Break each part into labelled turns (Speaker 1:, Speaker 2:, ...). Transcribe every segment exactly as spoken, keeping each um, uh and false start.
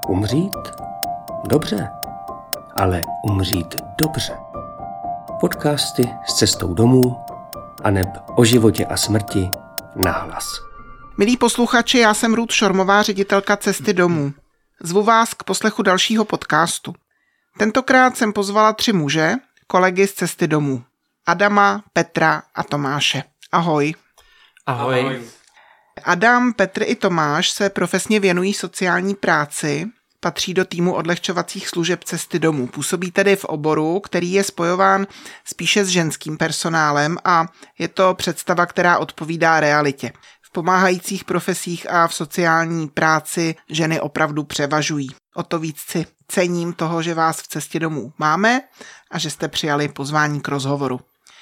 Speaker 1: Umřít? Dobře, ale umřít dobře. Podcasty s cestou domů aneb o životě a smrti nahlas.
Speaker 2: Milí posluchači, já jsem Ruth Šormová, ředitelka Cesty domů. Zvu vás k poslechu dalšího podcastu. Tentokrát jsem pozvala tři muže, kolegy z Cesty domů. Adama, Petra a Tomáše. Ahoj.
Speaker 3: Ahoj. Ahoj.
Speaker 2: Adam, Petr i Tomáš se profesně věnují sociální práci, patří do týmu odlehčovacích služeb Cesty domů. Působí tedy v oboru, který je spojován spíše s ženským personálem a je to představa, která odpovídá realitě. V pomáhajících profesích a v sociální práci ženy opravdu převažují. O to víc si cením toho, že vás v Cestě domů máme a že jste přijali pozvání k rozhovoru.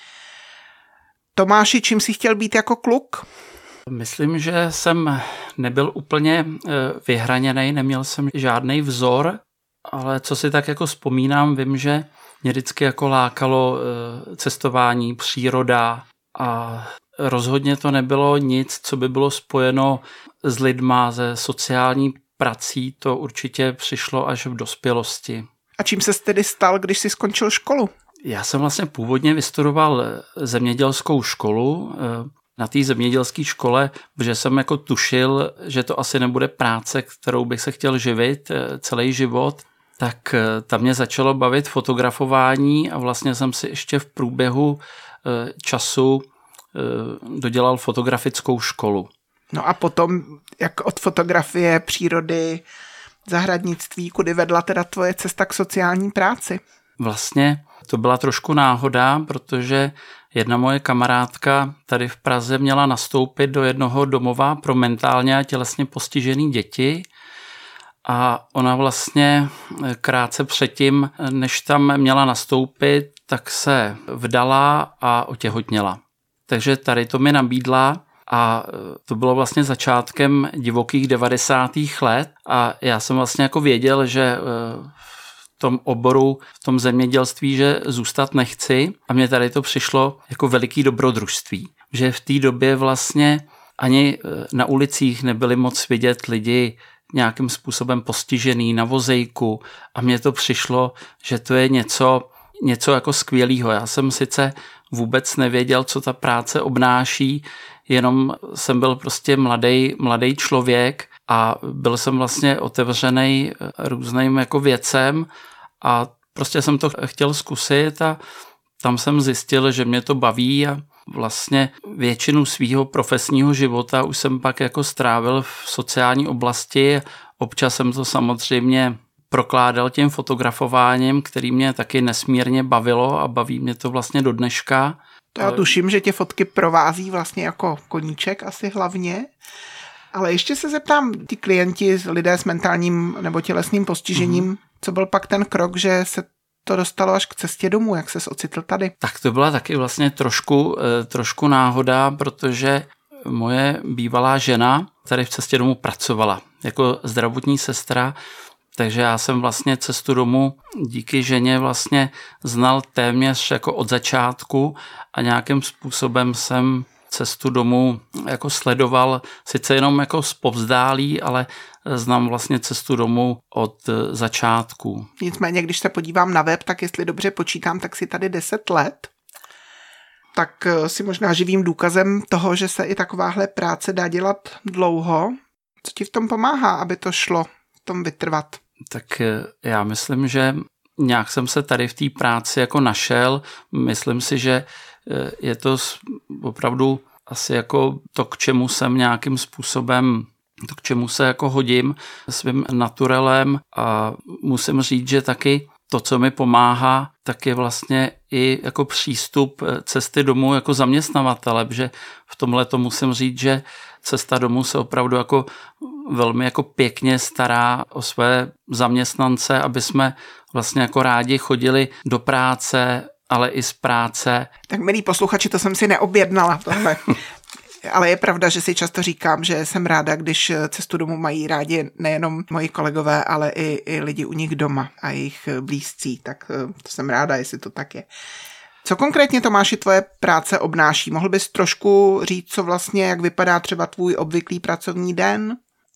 Speaker 2: Tomáši, čím jsi chtěl být jako kluk?
Speaker 3: Myslím, že jsem nebyl úplně vyhraněný, neměl jsem žádný vzor, ale co si tak jako vzpomínám, vím, že mě vždycky jako lákalo cestování, příroda a rozhodně to nebylo nic, co by bylo spojeno s lidma, se sociální prací, to určitě přišlo až v dospělosti.
Speaker 2: A čím ses tedy stal, když jsi skončil školu?
Speaker 3: Já jsem vlastně původně vystudoval zemědělskou školu. Na té zemědělské škole, protože jsem jako tušil, že to asi nebude práce, kterou bych se chtěl živit celý život, tak tam mě začalo bavit fotografování a vlastně jsem si ještě v průběhu času dodělal fotografickou školu.
Speaker 2: No a potom, jak od fotografie, přírody, zahradnictví, kudy vedla teda tvoje cesta k sociální práci?
Speaker 3: Vlastně to byla trošku náhoda, protože jedna moje kamarádka tady v Praze měla nastoupit do jednoho domova pro mentálně a tělesně postižený děti a ona vlastně krátce předtím, než tam měla nastoupit, tak se vdala a otěhotněla. Takže tady to mi nabídla a to bylo vlastně začátkem divokých devadesátých let a já jsem vlastně jako věděl, že v tom oboru, v tom zemědělství, že zůstat nechci a mně tady to přišlo jako veliký dobrodružství. Že v té době vlastně ani na ulicích nebyli moc vidět lidi nějakým způsobem postižený na vozejku a mně to přišlo, že to je něco, něco jako skvělýho. Já jsem sice vůbec nevěděl, co ta práce obnáší, jenom jsem byl prostě mladý, mladý člověk a byl jsem vlastně otevřený různým jako věcem a prostě jsem to chtěl zkusit a tam jsem zjistil, že mě to baví a vlastně většinu svýho profesního života už jsem pak jako strávil v sociální oblasti. Občas jsem to samozřejmě prokládal tím fotografováním, který mě taky nesmírně bavilo a baví mě to vlastně do dneška.
Speaker 2: To já tuším, že tě fotky provází vlastně jako koníček asi hlavně. Ale ještě se zeptám, ty klienti, lidé s mentálním nebo tělesným postižením, mm-hmm. co byl pak ten krok, že se to dostalo až k Cestě domů, jak ses ocitl tady?
Speaker 3: Tak to byla taky vlastně trošku, trošku náhoda, protože moje bývalá žena tady v Cestě domů pracovala jako zdravotní sestra, takže já jsem vlastně Cestu domů díky ženě vlastně znal téměř jako od začátku a nějakým způsobem jsem Cestu domů jako sledoval, sice jenom jako zpovzdálí, ale znám vlastně Cestu domů od začátku.
Speaker 2: Nicméně, když se podívám na web, tak jestli dobře počítám, tak si tady deset let. Tak si možná živým důkazem toho, že se i takováhle práce dá dělat dlouho. Co ti v tom pomáhá, aby to šlo v tom vytrvat?
Speaker 3: Tak já myslím, že nějak jsem se tady v té práci jako našel. Myslím si, že je to opravdu asi jako to, k čemu jsem nějakým způsobem, to, k čemu se jako hodím svým naturelem a musím říct, že taky to, co mi pomáhá, tak je vlastně i jako přístup Cesty domů jako zaměstnavatele, že v tomhle to musím říct, že Cesta domů se opravdu jako velmi jako pěkně stará o své zaměstnance, aby jsme vlastně jako rádi chodili do práce, ale i z práce.
Speaker 2: Tak milí posluchači, to jsem si neobjednala tohle. Ale je pravda, že si často říkám, že jsem ráda, když Cestu domů mají rádi nejenom moji kolegové, ale i, i lidi u nich doma a jejich blízcí. Tak to jsem ráda, jestli to tak je. Co konkrétně, Tomáši, tvoje práce obnáší? Mohl bys trošku říct, co vlastně, jak vypadá třeba tvůj obvyklý pracovní den?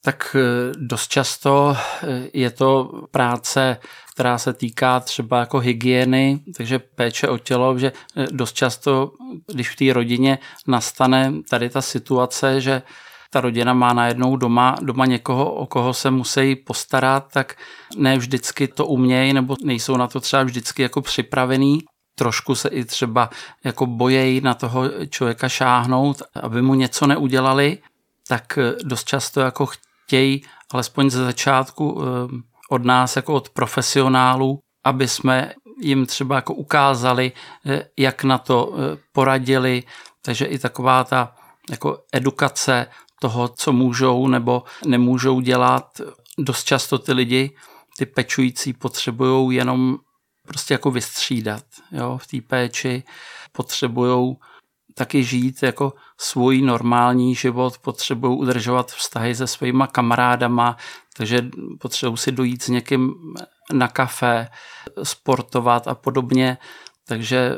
Speaker 3: Tak dost často je to práce, která se týká třeba jako hygieny, takže péče o tělo, že dost často, když v té rodině nastane tady ta situace, že ta rodina má najednou doma, doma někoho, o koho se musí postarat, tak ne vždycky to umějí nebo nejsou na to třeba vždycky jako připravený. Trošku se i třeba jako bojejí na toho člověka šáhnout, aby mu něco neudělali, tak dost často jako chtějí, alespoň ze začátku od nás, jako od profesionálů, aby jsme jim třeba jako ukázali, jak na to poradili. Takže i taková ta jako edukace toho, co můžou nebo nemůžou dělat. Dost často ty lidi, ty pečující, potřebují jenom prostě jako vystřídat, jo, v té péči. Potřebují taky žít jako svůj normální život, potřebují udržovat vztahy se svýma kamarádama, takže potřebují si dojít s někým na kafe, sportovat a podobně. Takže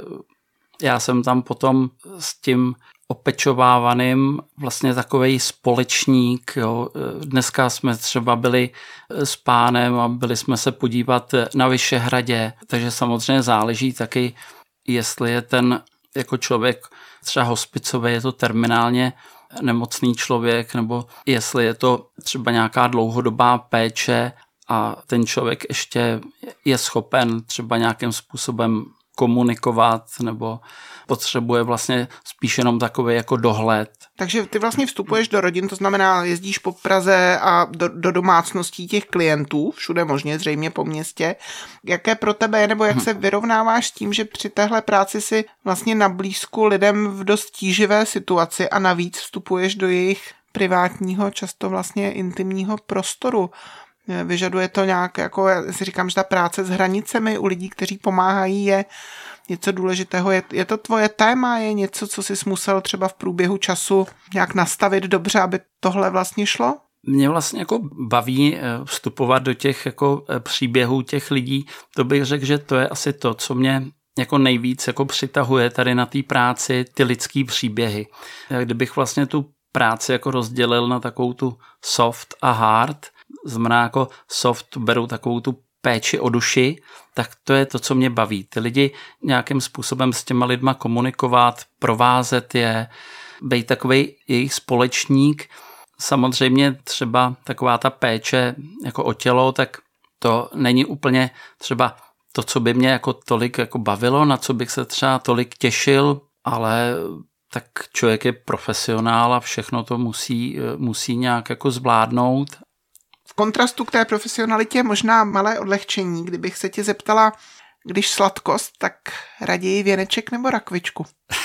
Speaker 3: já jsem tam potom s tím opečovávaným vlastně takovej společník. Jo. Dneska jsme třeba byli s pánem a byli jsme se podívat na Vyšehradě, takže samozřejmě záleží taky, jestli je ten jako člověk třeba hospicový, je to terminálně nemocný člověk, nebo jestli je to třeba nějaká dlouhodobá péče a ten člověk ještě je schopen třeba nějakým způsobem komunikovat nebo potřebuje vlastně spíš jenom takový jako dohled.
Speaker 2: Takže ty vlastně vstupuješ do rodin, to znamená jezdíš po Praze a do, do domácností těch klientů, všude možně, zřejmě po městě. Jaké pro tebe je, nebo jak se vyrovnáváš s tím, že při téhle práci si vlastně na blízku lidem v dost tíživé situaci a navíc vstupuješ do jejich privátního, často vlastně intimního prostoru? Vyžaduje to nějak, jako já si říkám, že ta práce s hranicemi u lidí, kteří pomáhají, je něco důležitého. Je, je to tvoje téma, je něco, co jsi musel třeba v průběhu času nějak nastavit dobře, aby tohle vlastně šlo?
Speaker 3: Mě vlastně jako baví vstupovat do těch jako příběhů těch lidí. To bych řekl, že to je asi to, co mě jako nejvíc jako přitahuje tady na té práci, ty lidský příběhy. Kdybych vlastně tu práci jako rozdělil na takovou tu soft a hard, znamená jako soft, beru takovou tu péči o duši, tak to je to, co mě baví. Ty lidi nějakým způsobem s těma lidma komunikovat, provázet je, být takovej jejich společník. Samozřejmě třeba taková ta péče jako o tělo, tak to není úplně třeba to, co by mě jako tolik jako bavilo, na co bych se třeba tolik těšil, ale tak člověk je profesionál a všechno to musí, musí nějak jako zvládnout.
Speaker 2: V kontrastu k té profesionalitě možná malé odlehčení, kdybych se tě zeptala, když sladkost, tak raději věneček nebo rakvičku?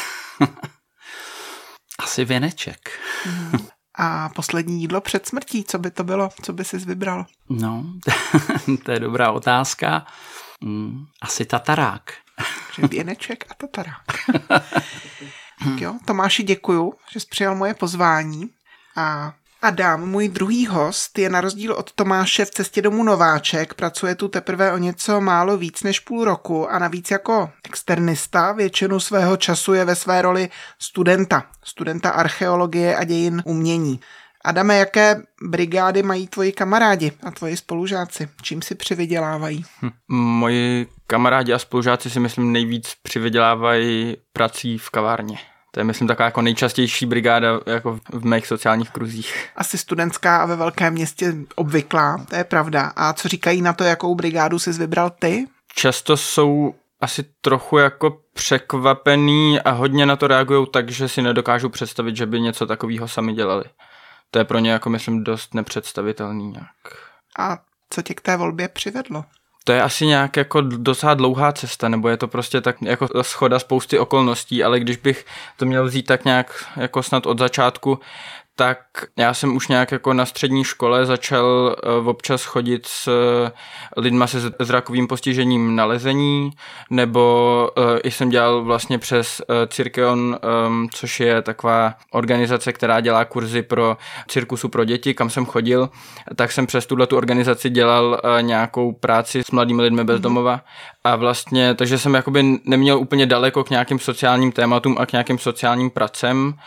Speaker 3: Asi věneček.
Speaker 2: A poslední jídlo před smrtí, co by to bylo? Co by jsi vybral?
Speaker 3: No, to je dobrá otázka. Asi tatarák.
Speaker 2: Takže věneček a tatarák. Tak jo, Tomáši, děkuju, že jsi přijal moje pozvání. A Adam, můj druhý host, je na rozdíl od Tomáše v cestě domů nováček, pracuje tu teprve o něco málo víc než půl roku a navíc jako externista většinu svého času je ve své roli studenta, studenta archeologie a dějin umění. Adame, jaké brigády mají tvoji kamarádi a tvoji spolužáci? Čím si přivydělávají?
Speaker 4: Hm. Moji kamarádi a spolužáci si myslím nejvíc přivydělávají prací v kavárně. To je, myslím, taková jako nejčastější brigáda jako v mých sociálních kruzích.
Speaker 2: Asi studentská a ve velkém městě obvyklá, to je pravda. A co říkají na to, jakou brigádu jsi vybral ty?
Speaker 4: Často jsou asi trochu jako překvapený a hodně na to reagují tak, že si nedokážou představit, že by něco takového sami dělali. To je pro ně, jako myslím, dost nepředstavitelný nějak.
Speaker 2: A co tě k té volbě přivedlo?
Speaker 4: To je asi nějak jako docela dlouhá cesta, nebo je to prostě tak jako shoda spousty okolností, ale když bych to měl vzít tak nějak jako snad od začátku, tak já jsem už nějak jako na střední škole začal občas chodit s lidma se zrakovým postižením na lezení, nebo i jsem dělal vlastně přes Cirkeon, což je taková organizace, která dělá kurzy pro cirkusu pro děti, kam jsem chodil, tak jsem přes tuhletu organizaci dělal nějakou práci s mladými lidmi bez domova a vlastně, takže jsem jakoby neměl úplně daleko k nějakým sociálním tématům a k nějakým sociálním pracem.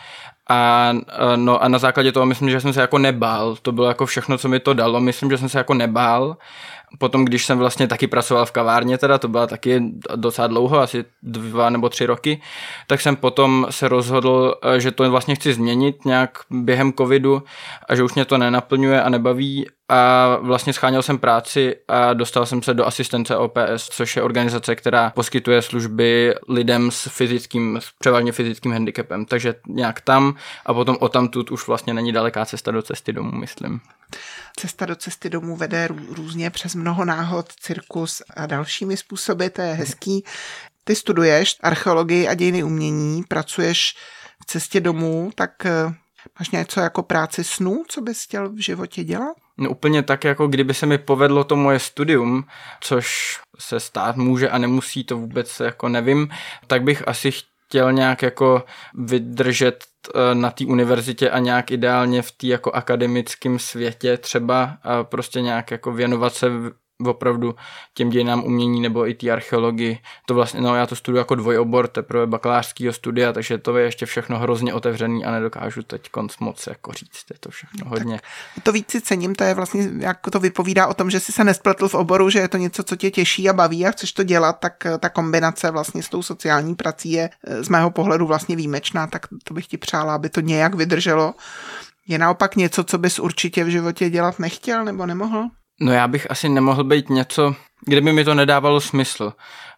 Speaker 4: A, no, a na základě toho myslím, že jsem se jako nebál. To bylo jako všechno, co mi to dalo. Myslím, že jsem se jako nebál. Potom, když jsem vlastně taky pracoval v kavárně, teda to byla taky docela dlouho, asi dva nebo tři roky, tak jsem potom se rozhodl, že to vlastně chci změnit nějak během covidu a že už mě to nenaplňuje a nebaví a vlastně scháněl jsem práci a dostal jsem se do asistence O P S, což je organizace, která poskytuje služby lidem s fyzickým, s převážně fyzickým handicapem, takže nějak tam a potom odtamtud už vlastně není daleká cesta do cesty domů, myslím.
Speaker 2: Cesta do cesty domů vede různě přes mnoho náhod, cirkus a dalšími způsoby, to je hezký. Ty studuješ archeologii a dějiny umění, pracuješ v cestě domů, tak máš něco jako práci snů, co bys chtěl v životě dělat?
Speaker 4: No úplně tak, jako kdyby se mi povedlo to moje studium, což se stát může a nemusí, to vůbec jako nevím, tak bych asi chtěl nějak jako vydržet na té univerzitě a nějak ideálně v té jako akademickém světě třeba a prostě nějak jako věnovat se opravdu těm dějinám umění nebo i té archeologii. To vlastně, no já to studuji jako dvojobor teprve bakalářského studia, takže to je ještě všechno hrozně otevřený a nedokážu teď konc moc jako říct, je to všechno hodně.
Speaker 2: Tak to víc si cením, to je vlastně, jak to vypovídá o tom, že jsi se nespletl v oboru, že je to něco, co tě těší a baví a chceš to dělat, tak ta kombinace vlastně s tou sociální prací je z mého pohledu vlastně výjimečná, tak to bych ti přála, aby to nějak vydrželo. Je naopak něco, co bys určitě v životě dělat nechtěl nebo nemohl?
Speaker 4: No já bych asi nemohl být něco, kde by mi to nedávalo smysl.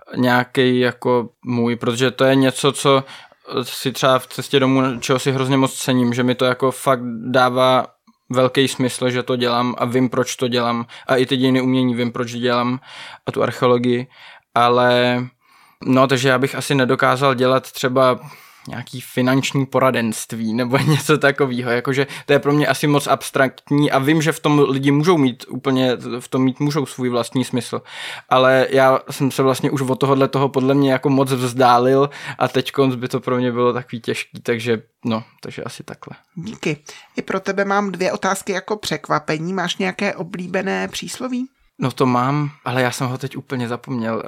Speaker 4: Nějaký jako můj, protože to je něco, co si třeba v cestě domů, čeho si hrozně moc cením, že mi to jako fakt dává velký smysl, že to dělám a vím, proč to dělám. A i ty dějiny umění vím, proč dělám a tu archeologii. Ale no, takže já bych asi nedokázal dělat třeba nějaký finanční poradenství nebo něco takového, jakože to je pro mě asi moc abstraktní a vím, že v tom lidi můžou mít úplně, v tom mít můžou svůj vlastní smysl, ale já jsem se vlastně už od tohohle toho podle mě jako moc vzdálil a teďkonc by to pro mě bylo takový těžký, takže no, takže asi takhle.
Speaker 2: Díky. I pro tebe mám dvě otázky jako překvapení. Máš nějaké oblíbené přísloví?
Speaker 4: No to mám, ale já jsem ho teď úplně zapomněl.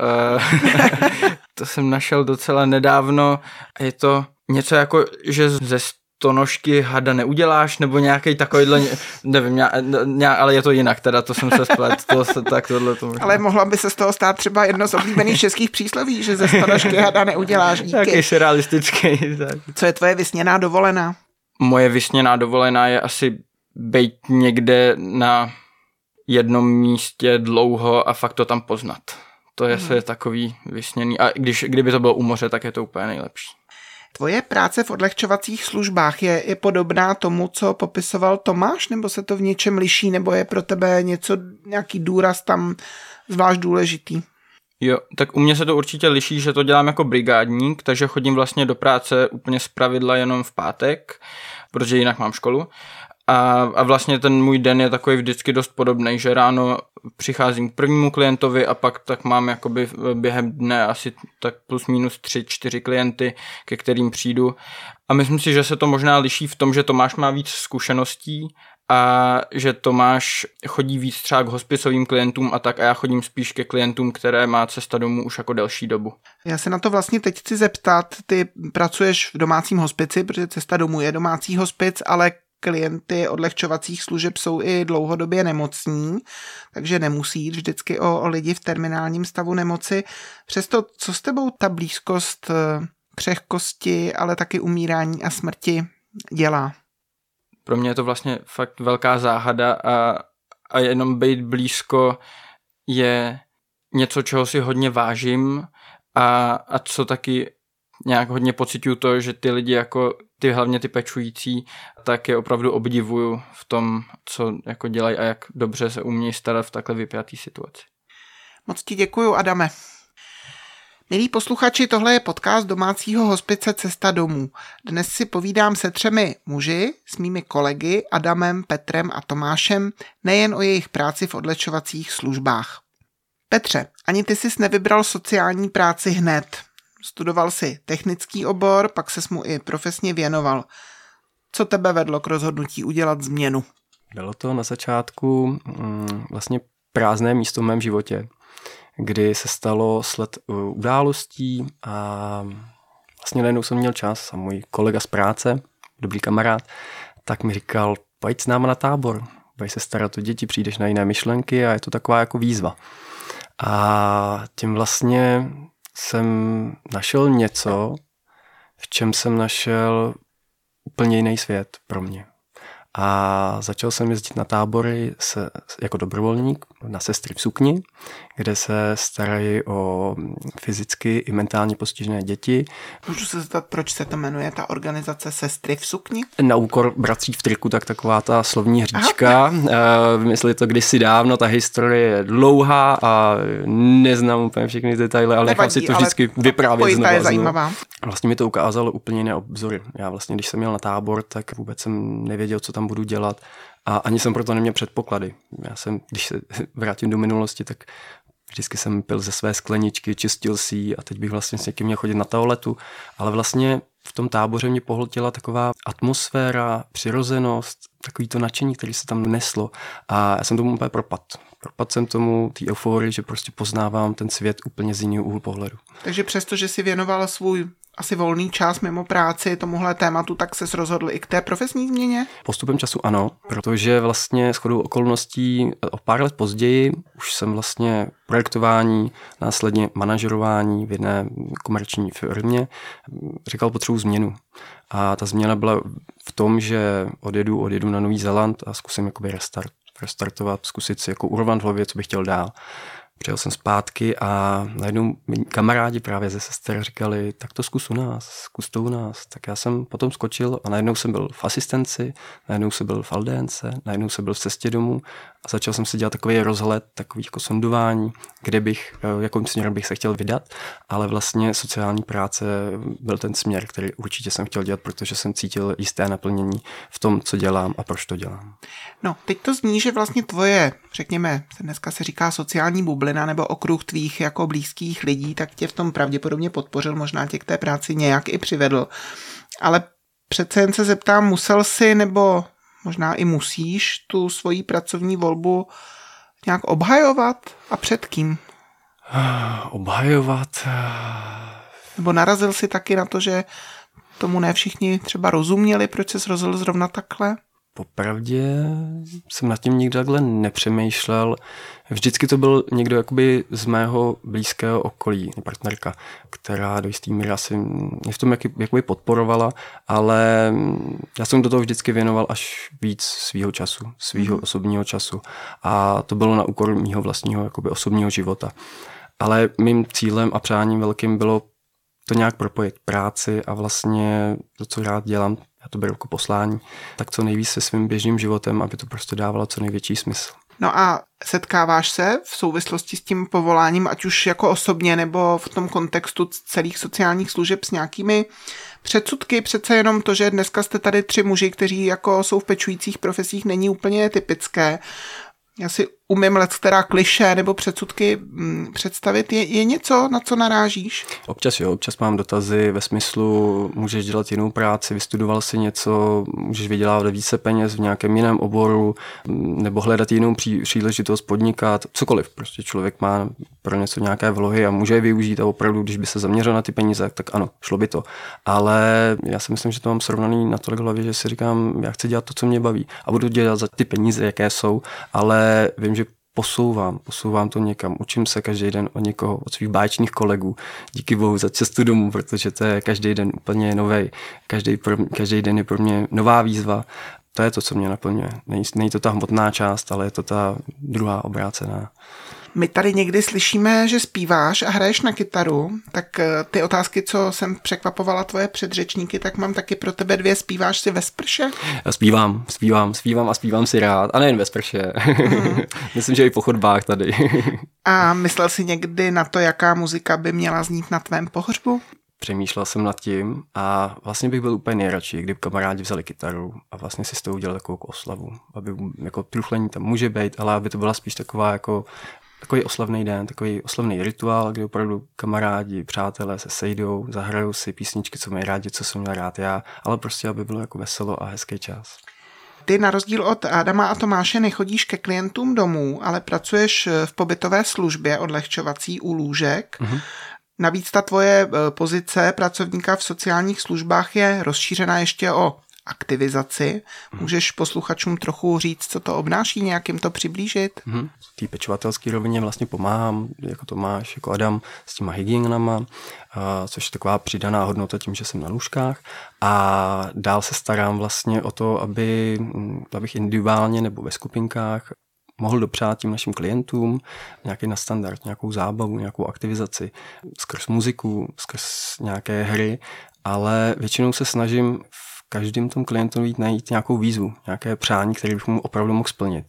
Speaker 4: To jsem našel docela nedávno a je to něco jako, že ze stonožky hada neuděláš, nebo nějaký takovýhle, nevím, nějak, ale je to jinak, teda to jsem se splet, to se tak tohle to možná.
Speaker 2: Ale mohla by se z toho stát třeba jedno z oblíbených českých přísloví, že ze stonožky hada neuděláš, díky.
Speaker 4: Taky surrealistický. Tak.
Speaker 2: Co je tvoje vysněná dovolená?
Speaker 4: Moje vysněná dovolená je asi bejt někde na jednom místě dlouho a fakt to tam poznat. To je hmm. takový vysněný. A když, kdyby to bylo u moře, tak je to úplně nejlepší.
Speaker 2: Tvoje práce v odlehčovacích službách je, je podobná tomu, co popisoval Tomáš, nebo se to v něčem liší, nebo je pro tebe něco, nějaký důraz tam zvlášť důležitý?
Speaker 4: Jo, tak u mě se to určitě liší, že to dělám jako brigádník, takže chodím vlastně do práce úplně zpravidla jenom v pátek, protože jinak mám školu. A, a vlastně ten můj den je takový vždycky dost podobný, že ráno přicházím k prvnímu klientovi a pak tak mám jakoby během dne asi tak plus minus tři, čtyři klienty, ke kterým přijdu. A myslím si, že se to možná liší v tom, že Tomáš má víc zkušeností a že Tomáš chodí víc třeba k hospicovým klientům a tak a já chodím spíš ke klientům, které má cesta domů už jako delší dobu.
Speaker 2: Já se na to vlastně teď chci zeptat, ty pracuješ v domácím hospici, protože cesta domů je domácí hospic, ale klienty odlehčovacích služeb jsou i dlouhodobě nemocní, takže nemusí jít vždycky o, o lidi v terminálním stavu nemoci. Přesto, co s tebou ta blízkost křehkosti, ale taky umírání a smrti dělá?
Speaker 4: Pro mě je to vlastně fakt velká záhada a, a jenom být blízko je něco, čeho si hodně vážím a, a co taky nějak hodně pociťuju to, že ty lidi jako ty hlavně ty pečující, tak je opravdu obdivuju v tom, co jako dělají a jak dobře se umějí starat v takhle vypjaté situaci.
Speaker 2: Moc ti děkuju, Adame. Milí posluchači, tohle je podcast domácího hospice Cesta domů. Dnes si povídám se třemi muži, s mými kolegy Adamem, Petrem a Tomášem, nejen o jejich práci v odlehčovacích službách. Petře, ani ty jsi nevybral sociální práci hned. Studoval si technický obor, pak ses mu i profesně věnoval. Co tebe vedlo k rozhodnutí udělat změnu?
Speaker 5: Bylo to na začátku mm, vlastně prázdné místo v mém životě, kdy se stalo sled událostí a vlastně najednou jsem měl čas a můj kolega z práce dobrý kamarád, tak mi říkal, pojď s náma na tábor, budeš se starat o děti, přijdeš na jiné myšlenky a je to taková jako výzva. A tím vlastně jsem našel něco, v čem jsem našel úplně jiný svět pro mě. A začal jsem jezdit na tábory se, jako dobrovolník na Sestry v sukni, kde se starají o fyzicky i mentálně postižené děti.
Speaker 2: Můžu se zeptat, proč se to jmenuje ta organizace Sestry v sukni?
Speaker 5: Na úkor bratří v triku, tak taková ta slovní hříčka. Aha. Vymysleli to kdysi dávno, ta historie je dlouhá a neznám úplně všechny detaily, ale nechám si to vždycky vyprávět znovu.
Speaker 2: Je zajímavá.
Speaker 5: Vlastně mi to ukázalo úplně jiné obzory. Já vlastně, když jsem měl na tábor, tak vůbec jsem nevěděl, co tam budu dělat a ani jsem proto neměl předpoklady. Já jsem, když se vrátím do minulosti, tak vždycky jsem pil ze své skleničky, čistil si ji a teď bych vlastně s někým měl chodit na toaletu, ale vlastně v tom táboře mě pohltila taková atmosféra, přirozenost, takový to nadšení, který se tam neslo a já jsem tomu úplně propad. Propad jsem tomu té euforii, že prostě poznávám ten svět úplně z jiného úhlu pohledu.
Speaker 2: Takže přesto, že si věnovala svůj asi volný čas mimo práci tomuhle tématu, tak ses rozhodl i k té profesní změně?
Speaker 5: Postupem času ano, protože vlastně shodou okolností o pár let později už jsem vlastně projektování, následně manažerování v jedné komerční firmě říkal, potřebuji změnu. A ta změna byla v tom, že odjedu, odjedu na Nový Zéland a zkusím jakoby restart, restartovat, zkusit si jako urvat v hlavě, co bych chtěl dál. Přijel jsem zpátky a najednou kamarádi právě ze sester říkali, tak to zkus u nás, zkus to u nás. Tak já jsem potom skočil a najednou jsem byl v asistenci, najednou jsem byl v Aldénce, najednou jsem byl v cestě domů a začal jsem si dělat takový rozhled, takový jako sondování, kde bych, jakým směrem bych se chtěl vydat, ale vlastně sociální práce byl ten směr, který určitě jsem chtěl dělat, protože jsem cítil jisté naplnění v tom, co dělám a proč to dělám.
Speaker 2: No, teď to zní, že vlastně tvoje, řekněme, dneska se říká sociální bublina nebo okruh tvých jako blízkých lidí, tak tě v tom pravděpodobně podpořil, možná tě k té práci nějak i přivedl. Ale přece jen se zeptám, musel jsi nebo možná i musíš tu svoji pracovní volbu nějak obhajovat a před kým?
Speaker 5: Obhajovat?
Speaker 2: Nebo narazil jsi taky na to, že tomu ne všichni třeba rozuměli, proč jsi rozhodl zrovna takhle?
Speaker 5: Popravdě jsem nad tím nikdy takhle nepřemýšlel. Vždycky to byl někdo jakoby z mého blízkého okolí, partnerka, která do jistý míry asi mě v tom jak, jakoby podporovala, ale já jsem do toho vždycky věnoval až víc svýho času, svýho mm. osobního času a to bylo na úkor mýho vlastního jakoby osobního života. Ale mým cílem a přáním velkým bylo to nějak propojit práci a vlastně to, co rád dělám, já to beru jako poslání, tak co nejvíc se svým běžným životem, aby to prostě dávalo co největší smysl.
Speaker 2: No a setkáváš se v souvislosti s tím povoláním, ať už jako osobně nebo v tom kontextu celých sociálních služeb s nějakými předsudky? Přece jenom to, že dneska jste tady tři muži, kteří jako jsou v pečujících profesích, není úplně typické. Já si umím let, která klišé nebo předsudky m, představit. Je, je něco, na co narážíš?
Speaker 5: Občas jo, občas mám dotazy ve smyslu, můžeš dělat jinou práci, vystudoval si něco, můžeš vydělávat více peněz v nějakém jiném oboru, nebo hledat jinou pří, příležitost podnikat, cokoliv. Prostě člověk má pro něco nějaké vlohy a může je využít a opravdu, když by se zaměřil na ty peníze, tak ano, šlo by to. Ale já si myslím, že to mám srovnaný natolik v hlavě, že si říkám, já chci dělat to, co mě baví a budu dělat za ty peníze, jaké jsou, ale vím, že posouvám, posouvám to někam. Učím se každý den od někoho, od svých báječných kolegů. Díky bohu za cestu domů, protože to je každý den úplně novej. Každý, každý den je pro mě nová výzva. To je to, co mě naplňuje. Není to ta hmotná část, ale je to ta druhá obrácená.
Speaker 2: My tady někdy slyšíme, že zpíváš a hraješ na kytaru, tak ty otázky, co jsem překvapovala tvoje předřečníky, tak mám taky pro tebe dvě. Zpíváš si ve sprše?
Speaker 5: Já zpívám, zpívám, zpívám a zpívám si rád. A nejen ve sprše. Mm. Myslím, že i po chodbách tady.
Speaker 2: A myslel jsi někdy na to, jaká muzika by měla znít na tvém pohřbu?
Speaker 5: Přemýšlel jsem nad tím a vlastně bych byl úplně nejradši, kdyby kamarádi vzali kytaru a vlastně si s tou udělali takovou oslavu. Aby jako truchlení tam může být, ale aby to byla spíš taková jako takový oslavný den, takový oslavný rituál, kde opravdu kamarádi, přátelé se sejdou, zahrajou si písničky, co mají rádi, co jsem měl rád já, ale prostě, aby bylo jako veselo a hezký čas.
Speaker 2: Ty na rozdíl od Adama a Tomáše nechodíš ke klientům domů, ale pracuješ v pobytové službě odlehčovací u lůžek. Mm-hmm. Navíc ta tvoje pozice pracovníka v sociálních službách je rozšířena ještě o aktivizaci. Můžeš posluchačům trochu říct, co to obnáší, nějak jim to přiblížit?
Speaker 5: Hmm. V té pečovatelské rovině vlastně pomáhám, jako Tomáš, jako Adam, s těma hygienama, což je taková přidaná hodnota tím, že jsem na lůžkách. A dál se starám vlastně o to, aby, abych individuálně nebo ve skupinkách mohl dopřát tím našim klientům nějaký nadstandard, nějakou zábavu, nějakou aktivizaci skrz muziku, skrz nějaké hry, ale většinou se snažím v každém tom klientovi najít nějakou výzvu, nějaké přání, které bych mu opravdu mohl splnit.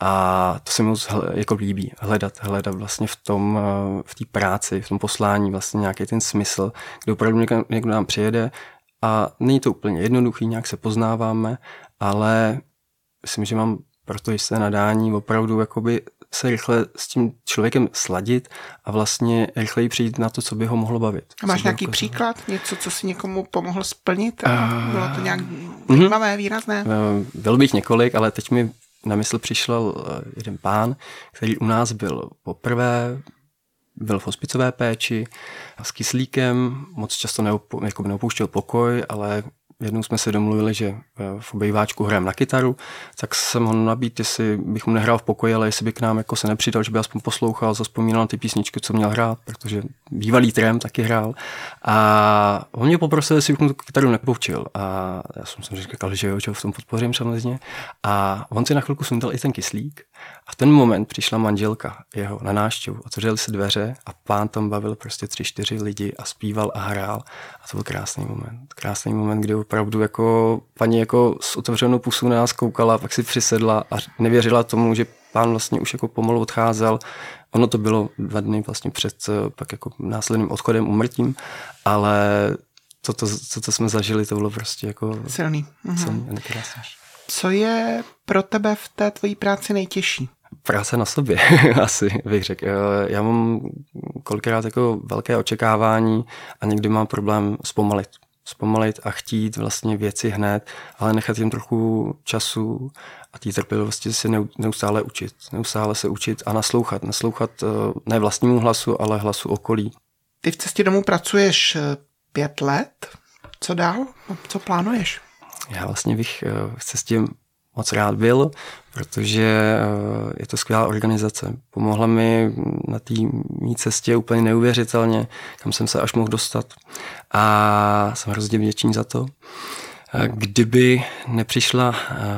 Speaker 5: A to se mi moc jako líbí, hledat, hledat vlastně v tom, v té práci, v tom poslání vlastně nějaký ten smysl, kde opravdu někdo, někdo nám přijede a není to úplně jednoduchý, nějak se poznáváme, ale myslím, že mám proto jisté nadání opravdu jakoby se rychle s tím člověkem sladit a vlastně rychleji přijít na to, co by ho mohlo bavit.
Speaker 2: A máš nějaký příklad? Něco, co si někomu pomohl splnit? Uh, Bylo to nějak zajímavé, uh-huh. výrazné? Uh,
Speaker 5: byl bych několik, ale teď mi na mysl přišel jeden pán, který u nás byl poprvé, byl v hospicové péči s kyslíkem, moc často neopou, jako neopouštěl pokoj, ale jednou jsme se domluvili, že v obejváčku hrajeme na kytaru, tak jsem ho nabít, jestli bych mu nehrál v pokoji, ale jestli by k nám jako se nepřidal, že by aspoň poslouchal, zaspomínal na ty písničky, co měl hrát, protože bývalý Trem taky hrál. A on mě poprosil, jestli bych mu tu kytaru nepoučil. A já jsem si říkal, že jo, že ho v tom podpořím samozřejmě. A on si na chvilku sundal i ten kyslík. A v ten moment přišla manželka jeho na návštěvu. Otevřely se dveře a pán tam bavil prostě tři, čtyři lidi a zpíval a hrál. A to byl krásný moment. Krásný moment, kdy opravdu jako paní jako s otevřenou pusou na nás koukala, pak si přisedla a nevěřila tomu, že pán vlastně už jako pomalu odcházel. Ono to bylo dva dny vlastně před pak jako následným odchodem, úmrtím, ale to, to, to, co jsme zažili, to bylo prostě jako
Speaker 2: silný.
Speaker 5: silný a nekrásnější.
Speaker 2: Co je pro tebe v té tvojí práci nejtěžší?
Speaker 5: Práce na sobě, asi bych řekl. Já mám kolikrát jako velké očekávání a někdy mám problém zpomalit. Zpomalit a chtít vlastně věci hned, ale nechat jim trochu času a té trpělivosti se neustále učit. Neustále se učit a naslouchat. Naslouchat ne vlastnímu hlasu, ale hlasu okolí.
Speaker 2: Ty v Cestě domů pracuješ pět let. Co dál? Co plánuješ?
Speaker 5: Já vlastně bych v Cestě moc rád byl, protože je to skvělá organizace. Pomohla mi na té mý cestě úplně neuvěřitelně, kam jsem se až mohl dostat. A jsem hrozně vděčný za to. Kdyby nepřišla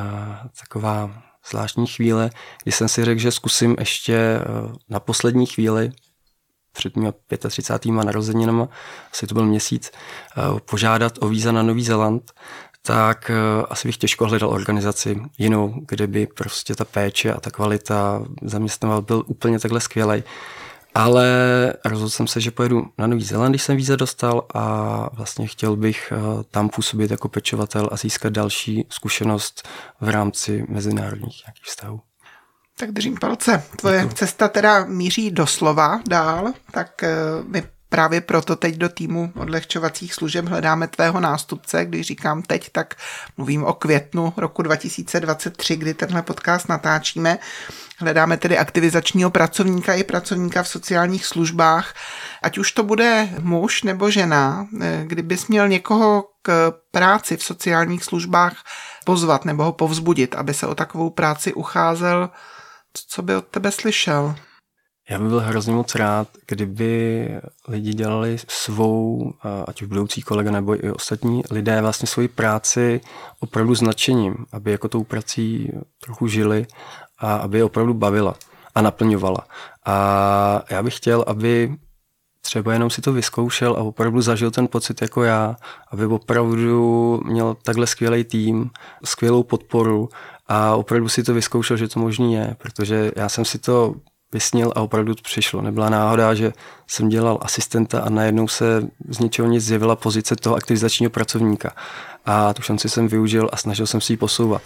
Speaker 5: taková zvláštní chvíle, kdy jsem si řekl, že zkusím ještě na poslední chvíli před mými třicátými pátými narozeninama, asi to byl měsíc, požádat o víza na Nový Zéland, tak asi bych těžko hledal organizaci jinou, kde by prostě ta péče a ta kvalita zaměstnával byl úplně takhle skvělej. Ale rozhodl jsem se, že pojedu na Nový Zéland, když jsem víza dostal a vlastně chtěl bych tam působit jako pečovatel a získat další zkušenost v rámci mezinárodních nějakých vztahů.
Speaker 2: Tak držím palce. Tvoje Děkuji. Cesta teda míří doslova dál, tak my právě proto teď do týmu odlehčovacích služeb hledáme tvého nástupce. Když říkám teď, tak mluvím o květnu roku dva tisíce dvacet tři, kdy tenhle podcast natáčíme. Hledáme tedy aktivizačního pracovníka i pracovníka v sociálních službách. Ať už to bude muž nebo žena, kdybys měl někoho k práci v sociálních službách pozvat nebo ho povzbudit, aby se o takovou práci ucházel, co by od tebe slyšel?
Speaker 5: Já bych byl hrozně moc rád, kdyby lidi dělali svou, ať už budoucí kolega nebo i ostatní lidé, vlastně svoji práci opravdu s nadšením, aby jako tou prací trochu žili a aby je opravdu bavila a naplňovala. A já bych chtěl, aby třeba jenom si to vyzkoušel a opravdu zažil ten pocit jako já, aby opravdu měl takhle skvělý tým, skvělou podporu a opravdu si to vyzkoušel, že to možný je, protože já jsem si to vysnil a opravdu to přišlo. Nebyla náhoda, že jsem dělal asistenta a najednou se z ničeho nic zjevila pozice toho aktivizačního pracovníka. A tu šanci jsem využil a snažil jsem si ji posouvat.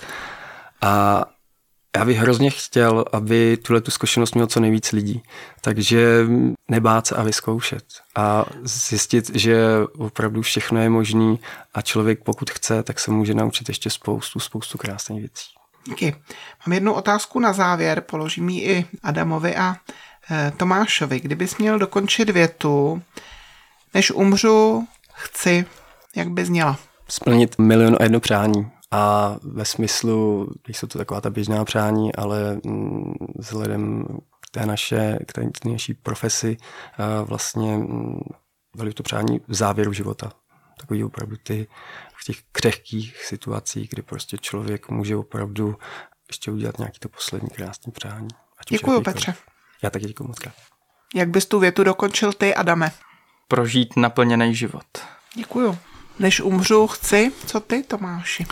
Speaker 5: A já bych hrozně chtěl, aby tuhle tu zkušenost měl co nejvíc lidí. Takže nebát se a vyzkoušet. A zjistit, že opravdu všechno je možný a člověk pokud chce, tak se může naučit ještě spoustu, spoustu krásných věcí.
Speaker 2: Díky. Mám jednu otázku na závěr, položím ji i Adamovi a e, Tomášovi. Kdybys měl dokončit větu, než umřu, chci, jak by zněla?
Speaker 5: Splnit milion a jedno přání A ve smyslu, jsou to taková ta běžná přání, ale vzhledem k té, naše, k té naší profesi vlastně byly to přání v závěru života. Takový opravdu ty v těch křehkých situacích, kdy prostě člověk může opravdu ještě udělat nějaký to poslední krásný přání.
Speaker 2: Děkuju, Petře.
Speaker 5: Já taky děkuju moc krát.
Speaker 2: Jak bys tu větu dokončil ty, Adame?
Speaker 4: Prožít naplněný život.
Speaker 2: Děkuju. Než umřu, chci, co ty, Tomáši?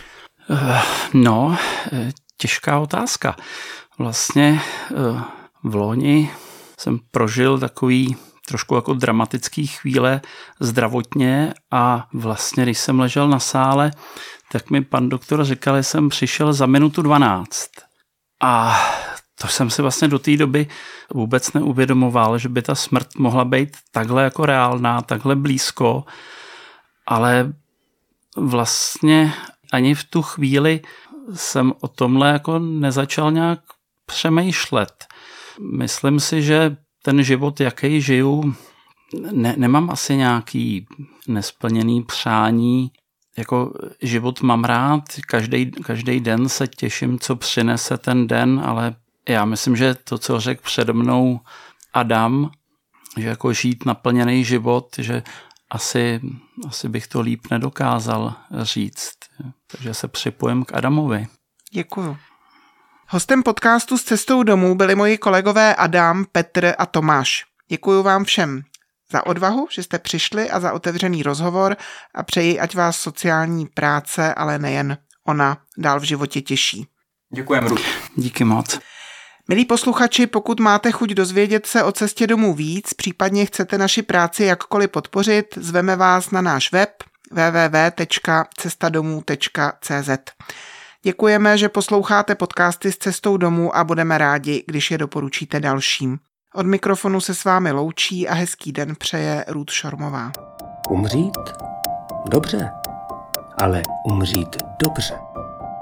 Speaker 3: No, těžká otázka. Vlastně v loni jsem prožil takový trošku jako dramatický chvíle zdravotně a vlastně, když jsem ležel na sále, tak mi pan doktor říkal, že jsem přišel za minutu dvanáct. A to jsem si vlastně do té doby vůbec neuvědomoval, že by ta smrt mohla být takhle jako reálná, takhle blízko, ale vlastně ani v tu chvíli jsem o tomhle jako nezačal nějak přemýšlet. Myslím si, že ten život, jaký žiju, ne, nemám asi nějaký nesplněný přání. Jako život mám rád, každý, každý den se těším, co přinese ten den, ale já myslím, že to, co řekl přede mnou Adam, že jako žít naplněný život, že asi, asi bych to líp nedokázal říct. Takže se připojím k Adamovi.
Speaker 2: Děkuju. Hostem podcastu S cestou domů byli moji kolegové Adam, Petr a Tomáš. Děkuju vám všem za odvahu, že jste přišli a za otevřený rozhovor a přeji, ať vás sociální práce, ale nejen ona, dál v životě těší.
Speaker 4: Děkujeme, Ruth.
Speaker 3: Díky moc.
Speaker 2: Milí posluchači, pokud máte chuť dozvědět se o cestě domů víc, případně chcete naši práci jakkoliv podpořit, zveme vás na náš web w w w tečka cesta domů tečka c z. Děkujeme, že posloucháte podcasty S cestou domů a budeme rádi, když je doporučíte dalším. Od mikrofonu se s vámi loučí a hezký den přeje Ruth Šormová.
Speaker 1: Umřít? Dobře, ale umřít dobře.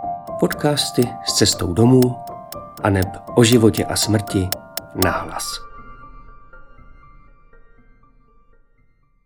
Speaker 1: Podcasty S cestou domů aneb o životě a smrti nahlas.